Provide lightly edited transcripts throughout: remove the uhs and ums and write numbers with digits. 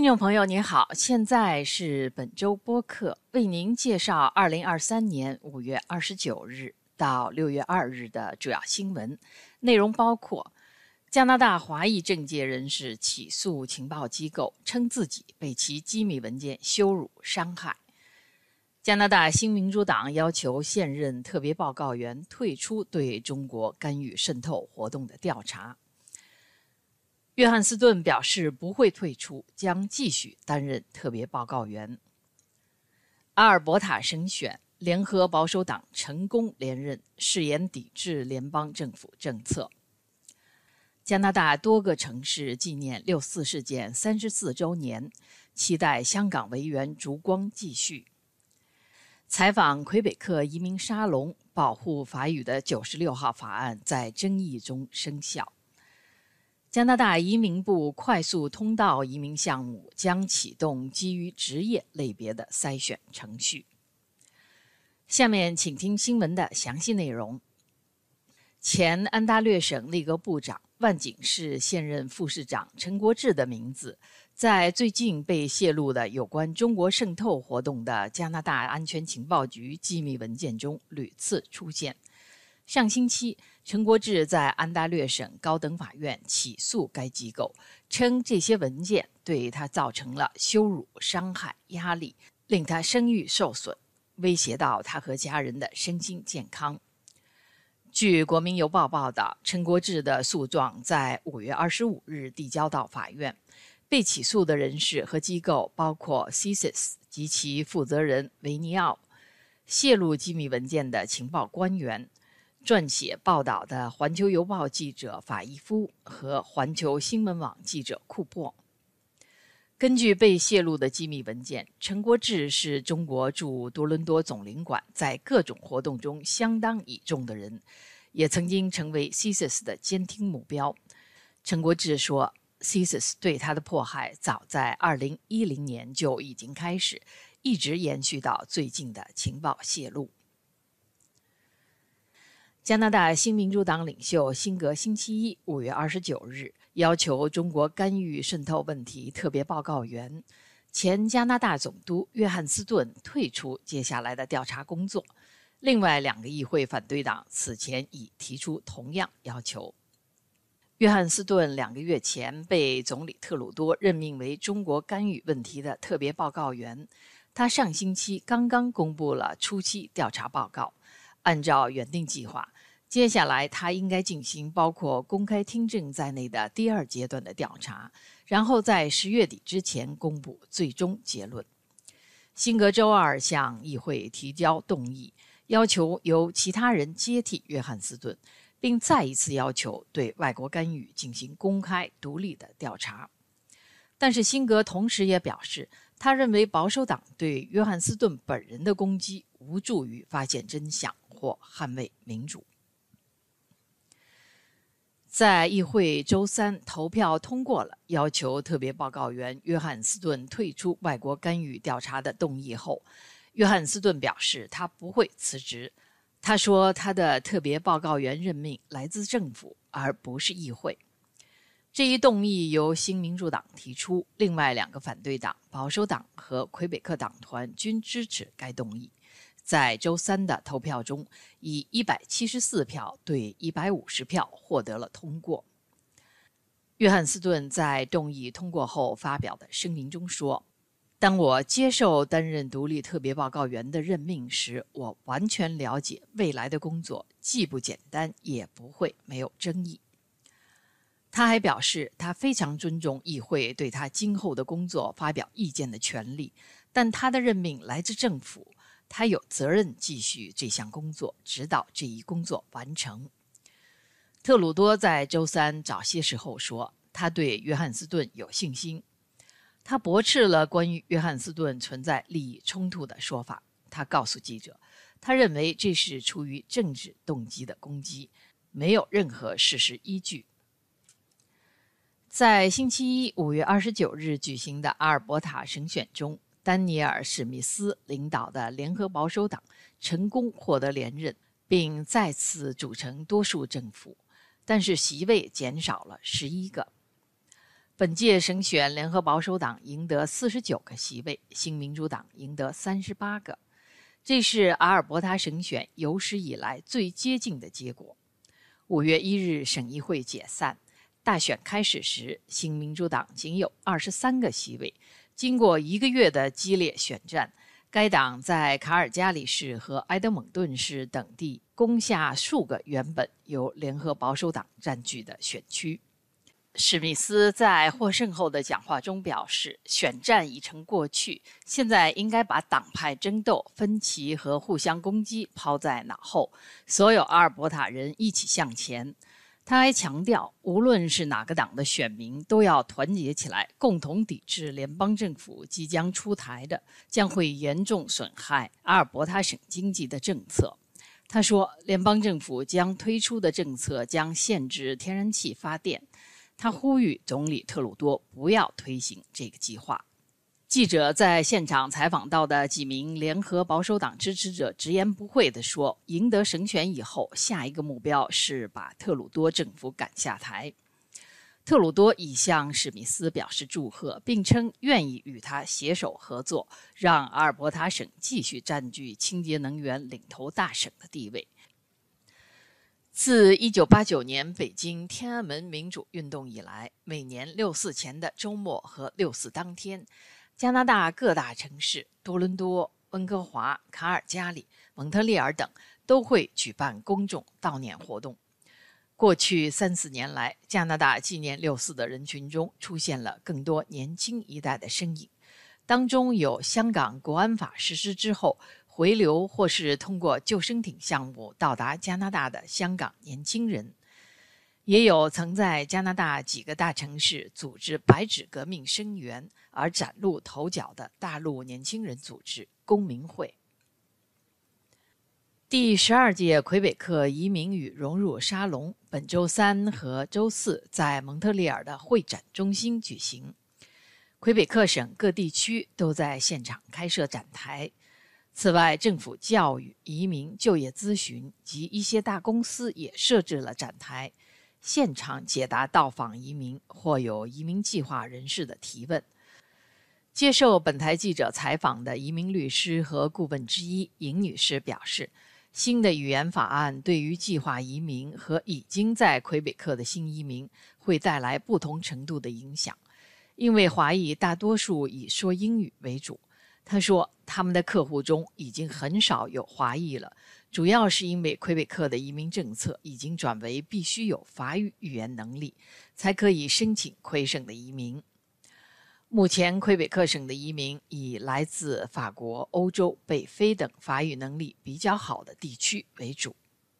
听众朋友您好，现在是本周播客，为您介绍2023年5月29日到6月2日的主要新闻。内容包括：加拿大华裔政界人士起诉情报机构，称自己被其机密文件羞辱伤害；加拿大新民主党要求现任特别报告员退出对中国干预渗透活动的调查；约翰斯顿表示不会退出，将继续担任特别报告员。阿尔伯塔省选，联合保守党成功连任，誓言抵制联邦政府政策。加拿大多个城市纪念6·4事件34周年，期待香港维园烛光继续。采访魁北克移民沙龙，保护法语的96号法案在争议中生效。加拿大移民部快速通道移民项目将启动基于职业类别的筛选程序。下面请听新闻的详细内容。前安大略省内阁部长、万景市现任副市长陈国志的名字，在最近被泄露的有关中国渗透活动的加拿大安全情报局机密文件中屡次出现。上星期，陈国志在安大略省高等法院起诉该机构，称这些文件对他造成了羞辱、伤害、压力，令他声誉受损，威胁到他和家人的身心健康。据国民邮报报道，陈国志的诉状在5月25日递交到法院。被起诉的人士和机构包括 CSIS 及其负责人维尼奥、泄露机密文件的情报官员、撰写报道的环球邮报记者法伊夫和环球新闻网记者库珀。根据被泄露的机密文件，陈国志是中国驻多伦多总领馆在各种活动中相当倚重的人，也曾经成为 CSIS 的监听目标。陈国志说， CSIS 对他的迫害早在2010年就已经开始，一直延续到最近的情报泄露。加拿大新民主党领袖辛格星期一5月29日要求中国干预渗透问题特别报告员、前加拿大总督约翰斯顿退出接下来的调查工作。另外2个议会反对党此前已提出同样要求。约翰斯顿2个月前被总理特鲁多任命为中国干预问题的特别报告员，他上星期刚刚公布了初期调查报告。按照原定计划，接下来他应该进行包括公开听证在内的第2阶段的调查，然后在10月底之前公布最终结论。辛格周二向议会提交动议，要求由其他人接替约翰斯顿，并再一次要求对外国干预进行公开独立的调查。但是辛格同时也表示，他认为保守党对约翰斯顿本人的攻击无助于发现真相或捍卫民主。在议会周3投票通过了要求特别报告员约翰斯顿退出外国干预调查的动议后，约翰斯顿表示他不会辞职。他说他的特别报告员任命来自政府，而不是议会。这一动议由新民主党提出，另外2个反对党保守党和魁北克党团均支持该动议。在周3的投票中，以174票对150票获得了通过。约翰斯顿在动议通过后发表的声明中说，当我接受担任独立特别报告员的任命时，我完全了解未来的工作既不简单，也不会没有争议。他还表示，他非常尊重议会对他今后的工作发表意见的权利，但他的任命来自政府，他有责任继续这项工作，直到这一工作完成。特鲁多在周3早些时候说，他对约翰斯顿有信心。他驳斥了关于约翰斯顿存在利益冲突的说法。他告诉记者，他认为这是出于政治动机的攻击，没有任何事实依据。在星期一5月29日举行的阿尔伯塔省选中，丹尼尔·史密斯领导的联合保守党成功获得连任，并再次组成多数政府，但是席位减少了11个。 本届省选，联合保守党赢得49个席位，新民主党赢得38个。这是阿尔伯塔省选有史以来最接近的结果。5月1日，省议会解散。大选开始时，新民主党仅有23个席位。经过1个月的激烈选战，该党在卡尔加里市和埃德蒙顿市等地攻下数个原本由联合保守党占据的选区。史密斯在获胜后的讲话中表示，选战已成过去，现在应该把党派争斗、分歧和互相攻击抛在脑后，所有阿尔伯塔人一起向前。他还强调，无论是哪个党的选民都要团结起来，共同抵制联邦政府即将出台的将会严重损害阿尔伯塔省经济的政策。他说，联邦政府将推出的政策将限制天然气发电。他呼吁总理特鲁多不要推行这个计划。记者在现场采访到的几名联合保守党支持者直言不讳地说，赢得省选以后，下一个目标是把特鲁多政府赶下台。特鲁多已向史密斯表示祝贺，并称愿意与他携手合作，让阿尔伯塔省继续占据清洁能源领头大省的地位。自1989年北京天安门民主运动以来，每年6·4前的周末和6·4当天，加拿大各大城市多伦多、温哥华、卡尔加里、蒙特利尔等都会举办公众悼念活动。过去3-4年来，加拿大纪念6·4的人群中出现了更多年轻一代的身影，当中有香港国安法实施之后回流或是通过救生艇项目到达加拿大的香港年轻人，也有曾在加拿大几个大城市组织白纸革命声援而崭露头角的大陆年轻人组织公民会。第12届魁北克移民与融入沙龙本周3和周4在蒙特利尔的会展中心举行，魁北克省各地区都在现场开设展台。此外，政府教育、移民、就业咨询及一些大公司也设置了展台，现场解答到访移民或有移民计划人士的提问。接受本台记者采访的移民律师和顾问之一尹女士表示，新的语言法案对于计划移民和已经在魁北克的新移民会带来不同程度的影响，因为华裔大多数以说英语为主。他说，他们的客户中已经很少有华裔了，主要是因为魁北克的移民政策已经转为必须有法语语言能力才可以申请魁省的移民。目前魁北克省的移民以来自法国、欧洲、北非等法语能力比较好的地区为主。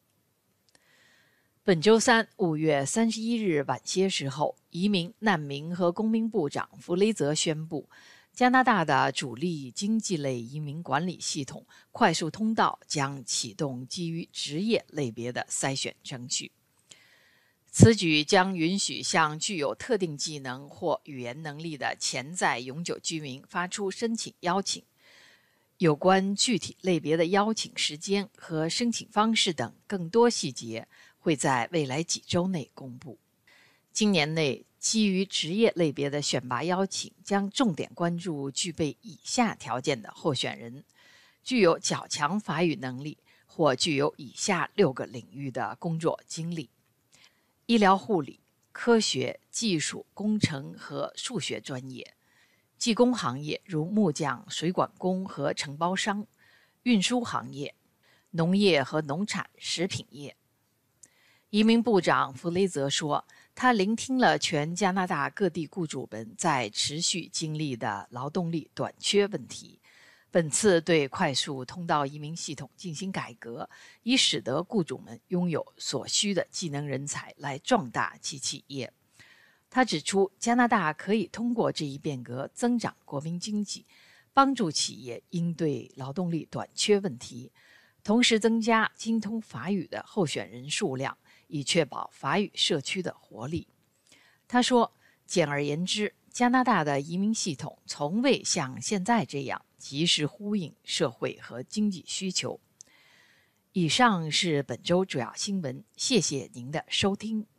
本周3 5月31日晚些时候，移民、难民和公民部长弗雷泽宣布，加拿大的主力经济类移民管理系统快速通道将启动基于职业类别的筛选程序。此举将允许向具有特定技能或语言能力的潜在永久居民发出申请邀请。有关具体类别的邀请时间和申请方式等更多细节会在未来几周内公布。今年内，基于职业类别的选拔邀请将重点关注具备以下条件的候选人：具有较强法语能力或具有以下6个领域的工作经历：医疗护理、科学、技术、工程和数学专业；技工行业如木匠、水管工和承包商；运输行业；农业和农产食品业。移民部长弗雷泽说，他聆听了全加拿大各地雇主们在持续经历的劳动力短缺问题，本次对快速通道移民系统进行改革，以使得雇主们拥有所需的技能人才来壮大其企业。他指出，加拿大可以通过这一变革增长国民经济，帮助企业应对劳动力短缺问题，同时增加精通法语的候选人数量，以确保法语社区的活力。他说，简而言之，加拿大的移民系统从未像现在这样及时呼应社会和经济需求。以上是本周主要新闻，谢谢您的收听。